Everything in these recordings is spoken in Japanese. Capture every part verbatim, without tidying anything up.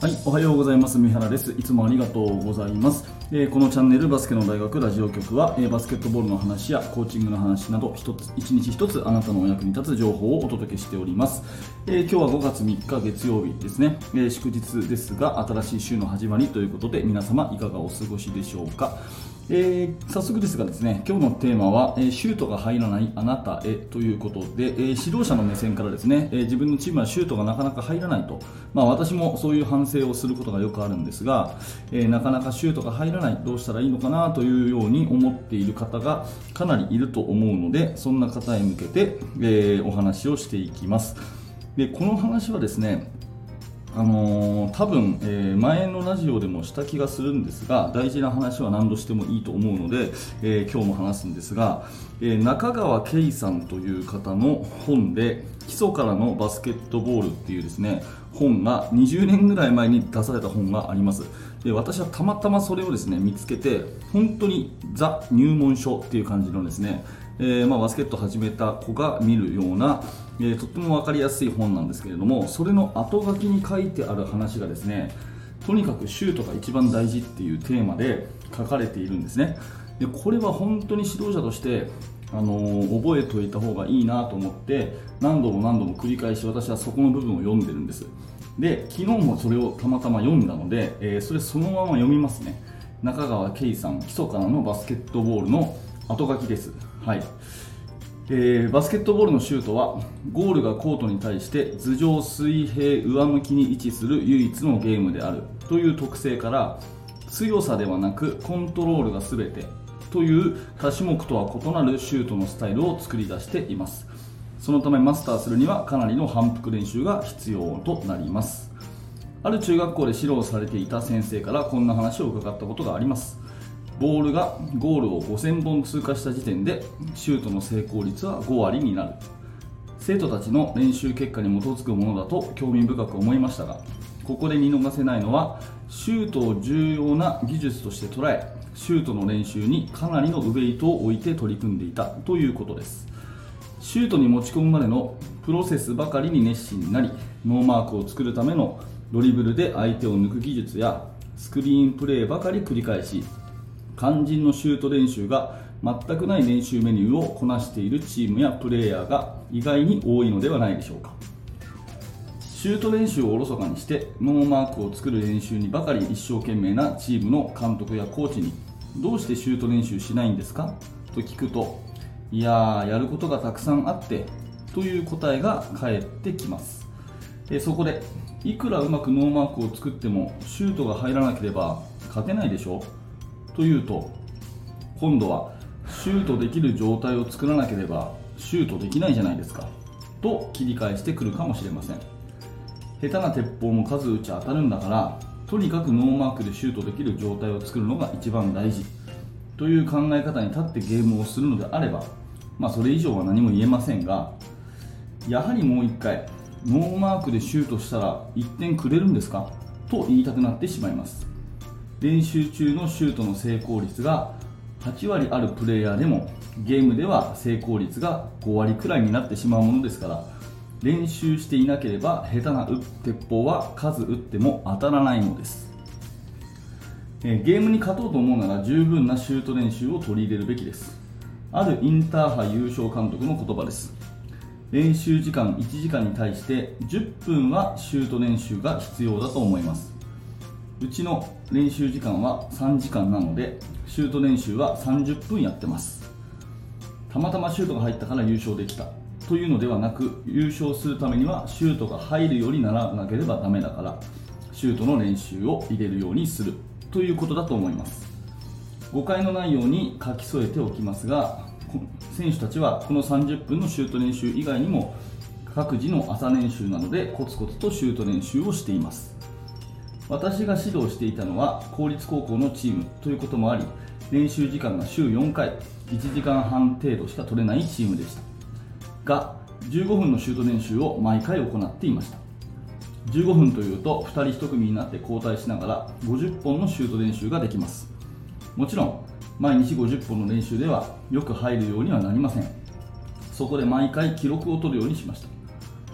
はい、おはようございます。三原です。いつもありがとうございます。えー、このチャンネルバスケの大学ラジオ局は、えー、バスケットボールの話やコーチングの話など一つ一日一つあなたのお役に立つ情報をお届けしております。えー、今日はごがつみっか月曜日ですね、えー、祝日ですが新しい週の始まりということで皆様いかがお過ごしでしょうか。えー、早速ですがですね、今日のテーマは、えー、シュートが入らないあなたへということで、えー、指導者の目線からですね、えー、自分のチームはシュートがなかなか入らないと、まあ、私もそういう反省をすることがよくあるんですが、えー、なかなかシュートが入らない、どうしたらいいのかなというように思っている方がかなりいると思うので、そんな方へ向けて、えー、お話をしていきます。で、この話はですね、あのー、多分、えー、前のラジオでもした気がするんですが、大事な話は何度してもいいと思うので、えー、今日も話すんですが、えー、中川圭さんという方の本で基礎からのバスケットボールっていうですね本がにじゅうねんぐらい前に出された本があります。で、私はたまたまそれをですね見つけて、本当にザ入門書っていう感じのですね、えーまあ、バスケットを始めた子が見るような、えー、とっても分かりやすい本なんですけれども、それの後書きに書いてある話がですね、とにかくシュートが一番大事っていうテーマで書かれているんですね。で、これは本当に指導者として、あのー、覚えておいた方がいいなと思って何度も何度も繰り返し私はそこの部分を読んでるんです。で、昨日もそれをたまたま読んだので、えー、それそのまま読みますね。中川圭さん基礎からのバスケットボールの後書きです。はい。えー、バスケットボールのシュートはゴールがコートに対して頭上水平上向きに位置する唯一のゲームであるという特性から、強さではなくコントロールが全てという多種目とは異なるシュートのスタイルを作り出しています。そのためマスターするにはかなりの反復練習が必要となります。ある中学校で指導されていた先生からこんな話を伺ったことがあります。ボールがゴールをごせんぼん通過した時点でシュートの成功率はごわりになる。生徒たちの練習結果に基づくものだと興味深く思いましたが、ここで見逃せないのはシュートを重要な技術として捉え、シュートの練習にかなりのウエイトを置いて取り組んでいたということです。シュートに持ち込むまでのプロセスばかりに熱心になり、ノーマークを作るためのドリブルで相手を抜く技術やスクリーンプレーばかり繰り返し、肝心のシュート練習が全くない練習メニューをこなしているチームやプレーヤーが意外に多いのではないでしょうか。シュート練習をおろそかにしてノーマークを作る練習にばかり一生懸命なチームの監督やコーチに、どうしてシュート練習しないんですかと聞くと、いやーやることがたくさんあってという答えが返ってきます。えそこで、いくらうまくノーマークを作ってもシュートが入らなければ勝てないでしょというと、今度はシュートできる状態を作らなければシュートできないじゃないですかと切り返してくるかもしれません。下手な鉄砲も数打ち当たるんだから、とにかくノーマークでシュートできる状態を作るのが一番大事という考え方に立ってゲームをするのであれば、まあそれ以上は何も言えませんが、やはりもう一回ノーマークでシュートしたらいってんくれるんですかと言いたくなってしまいます。練習中のシュートの成功率がはちわりあるプレイヤーでもゲームでは成功率がごわりくらいになってしまうものですから、練習していなければ下手な鉄砲は数打っても当たらないのです。ゲームに勝とうと思うなら十分なシュート練習を取り入れるべきです。あるインターハイ優勝監督の言葉です。練習時間いちじかんに対してじゅっぷんはシュート練習が必要だと思います。うちの練習時間はさんじかんなので、シュート練習はさんじゅっぷんやってます。たまたまシュートが入ったから優勝できたというのではなく、優勝するためにはシュートが入るようにならなければダメだから、シュートの練習を入れるようにするということだと思います。誤解のないように書き添えておきますが、選手たちはこのさんじゅっぷんのシュート練習以外にも各自の朝練習などでコツコツとシュート練習をしています。私が指導していたのは公立高校のチームということもあり、練習時間が週よんかい、いちじかんはん程度しか取れないチームでしたが、じゅうごふんのシュート練習を毎回行っていました。じゅうごふんというとふたりいち組になって交代しながらごじゅっぽんのシュート練習ができます。もちろん毎日ごじゅっぽんの練習ではよく入るようにはなりません。そこで毎回記録を取るようにしました。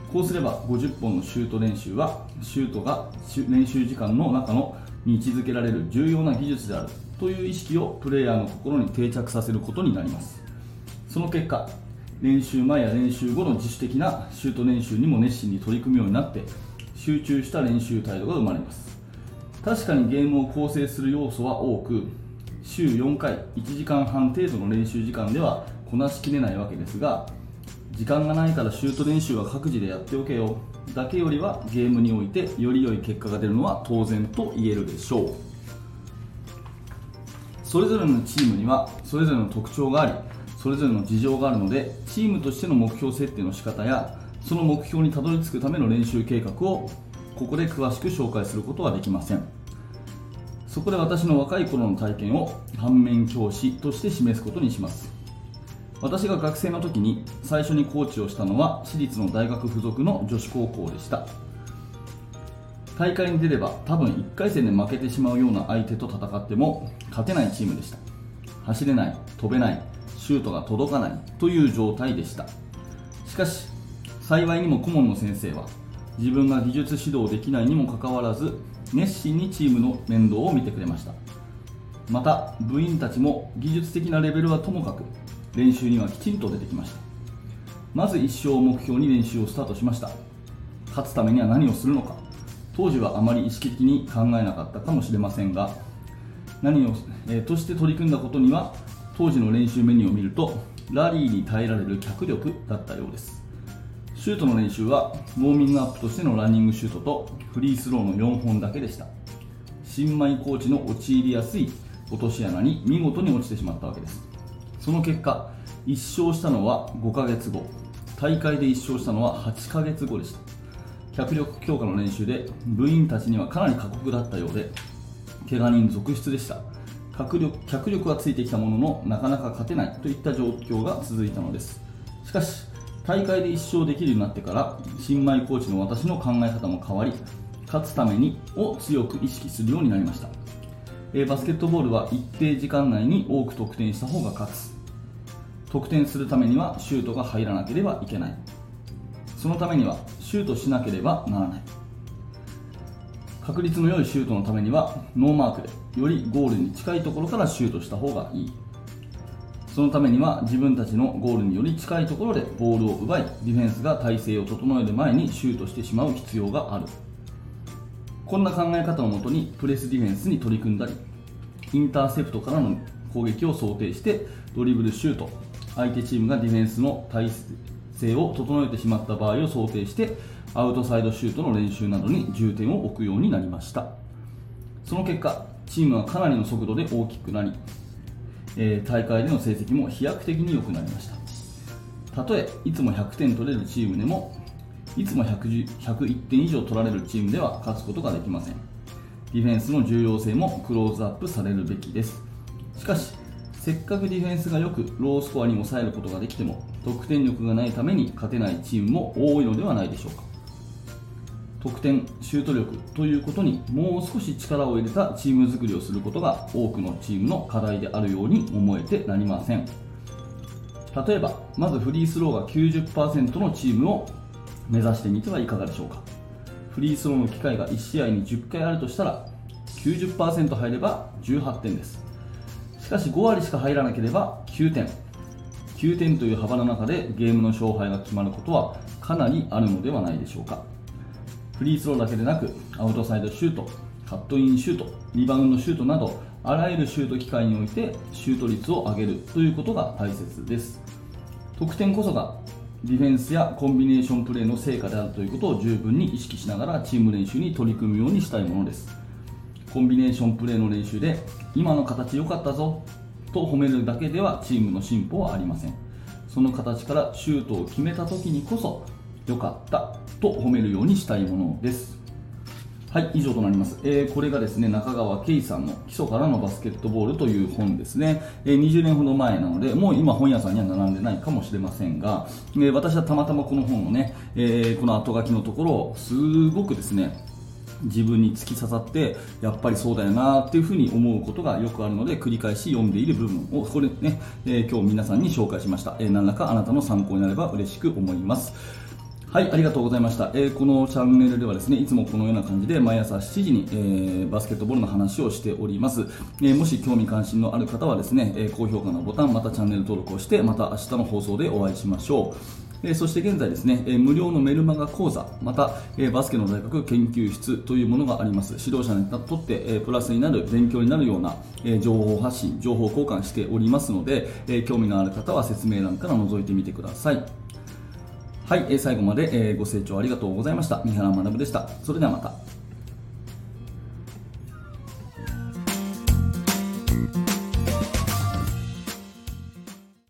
こうすればごじゅっぽんのシュート練習はシュートが練習時間の中のに位置づけられる重要な技術であるという意識をプレイヤーの心に定着させることになります。その結果、練習前や練習後の自主的なシュート練習にも熱心に取り組むようになって集中した練習態度が生まれます。確かにゲームを構成する要素は多く、週よんかいいちじかんはん程度の練習時間ではこなしきれないわけですが、時間がないからシュート練習は各自でやっておけよだけよりはゲームにおいてより良い結果が出るのは当然と言えるでしょう。それぞれのチームにはそれぞれの特徴があり、それぞれの事情があるので、チームとしての目標設定の仕方やその目標にたどり着くための練習計画をここで詳しく紹介することはできません。そこで私の若い頃の体験を反面教師として示すことにします。私が学生の時に最初にコーチをしたのは私立の大学附属の女子高校でした。大会に出れば多分いっかい戦で負けてしまうような相手と戦っても勝てないチームでした。走れない、飛べない、シュートが届かないという状態でした。しかし幸いにも顧問の先生は自分が技術指導できないにもかかわらず熱心にチームの面倒を見てくれました。また部員たちも技術的なレベルはともかく練習にはきちんと出てきました。まず一生を目標に練習をスタートしました。勝つためには何をするのか、当時はあまり意識的に考えなかったかもしれませんが、何を、えー、として取り組んだことには当時の練習メニューを見るとラリーに耐えられる脚力だったようです。シュートの練習はウォーミングアップとしてのランニングシュートとフリースローのよんほんだけでした。新米コーチの陥りやすい落とし穴に見事に落ちてしまったわけです。その結果、いっ勝したのはごかげつご、大会でいっ勝したのははちかげつごでした。脚力強化の練習で部員たちにはかなり過酷だったようで、怪我人続出でした。脚力、脚力はついてきたもののなかなか勝てないといった状況が続いたのです。しかし大会でいっ勝できるようになってから新米コーチの私の考え方も変わり、勝つためにを強く意識するようになりました。えー、バスケットボールは一定時間内に多く得点した方が勝つ。得点するためにはシュートが入らなければいけない。そのためにはシュートしなければならない。確率の良いシュートのためにはノーマークでよりゴールに近いところからシュートした方がいい。そのためには自分たちのゴールにより近いところでボールを奪い、ディフェンスが体勢を整える前にシュートしてしまう必要がある。こんな考え方をもとにプレスディフェンスに取り組んだり、インターセプトからの攻撃を想定してドリブルシュート、相手チームがディフェンスの体勢を整えてしまった場合を想定してアウトサイドシュートの練習などに重点を置くようになりました。その結果、チームはかなりの速度で大きくなり、えー、大会での成績も飛躍的に良くなりました。たとえいつもひゃくてん取れるチームでも、いつもひゃくいってん以上取られるチームでは勝つことができません。ディフェンスの重要性もクローズアップされるべきです。しかしせっかくディフェンスがよくロースコアに抑えることができても得点力がないために勝てないチームも多いのではないでしょうか。得点、シュート力ということにもう少し力を入れたチーム作りをすることが多くのチームの課題であるように思えてなりません。例えばまずフリースローが きゅうじゅっパーセント のチームを目指してみてはいかがでしょうか。フリースローの機会がいち試合にじゅっかいあるとしたら きゅうじゅっパーセント 入ればじゅうはってんです。しかしごわりしか入らなければきゅうてん。きゅうてんという幅の中でゲームの勝敗が決まることはかなりあるのではないでしょうか。フリースローだけでなくアウトサイドシュート、カットインシュート、リバウンドシュートなどあらゆるシュート機会においてシュート率を上げるということが大切です。得点こそがディフェンスやコンビネーションプレーの成果であるということを十分に意識しながらチーム練習に取り組むようにしたいものです。コンビネーションプレーの練習で今の形良かったぞと褒めるだけではチームの進歩はありません。その形からシュートを決めた時にこそ良かったと褒めるようにしたいものです。はい、以上となります。えー、これがですね、中川圭さんの基礎からのバスケットボールという本ですね。えー、にじゅうねんほど前なので、もう今本屋さんには並んでないかもしれませんが、えー、私はたまたまこの本のね、えー、この後書きのところをすごくですね、自分に突き刺さってやっぱりそうだよなっていうふうに思うことがよくあるので繰り返し読んでいる部分をこれね、えー、今日皆さんに紹介しました。えー、何らかあなたの参考になれば嬉しく思います。 はい、ありがとうございました。えーこのチャンネルではですね、いつもこのような感じで毎朝しちじに、えーバスケットボールの話をしております。えーもし興味関心のある方はですね、えー高評価のボタン、またチャンネル登録をして、また明日の放送でお会いしましょう。えーそして現在ですね、えー無料のメルマガ講座、また、えーバスケの大学研究室というものがあります。指導者にとって、えープラスになる、勉強になるような、えー情報発信、情報交換しておりますので、えー興味のある方は説明欄から覗いてみてください。はい、えー最後まで、えーご清聴ありがとうございました。三原学でした。それではまた。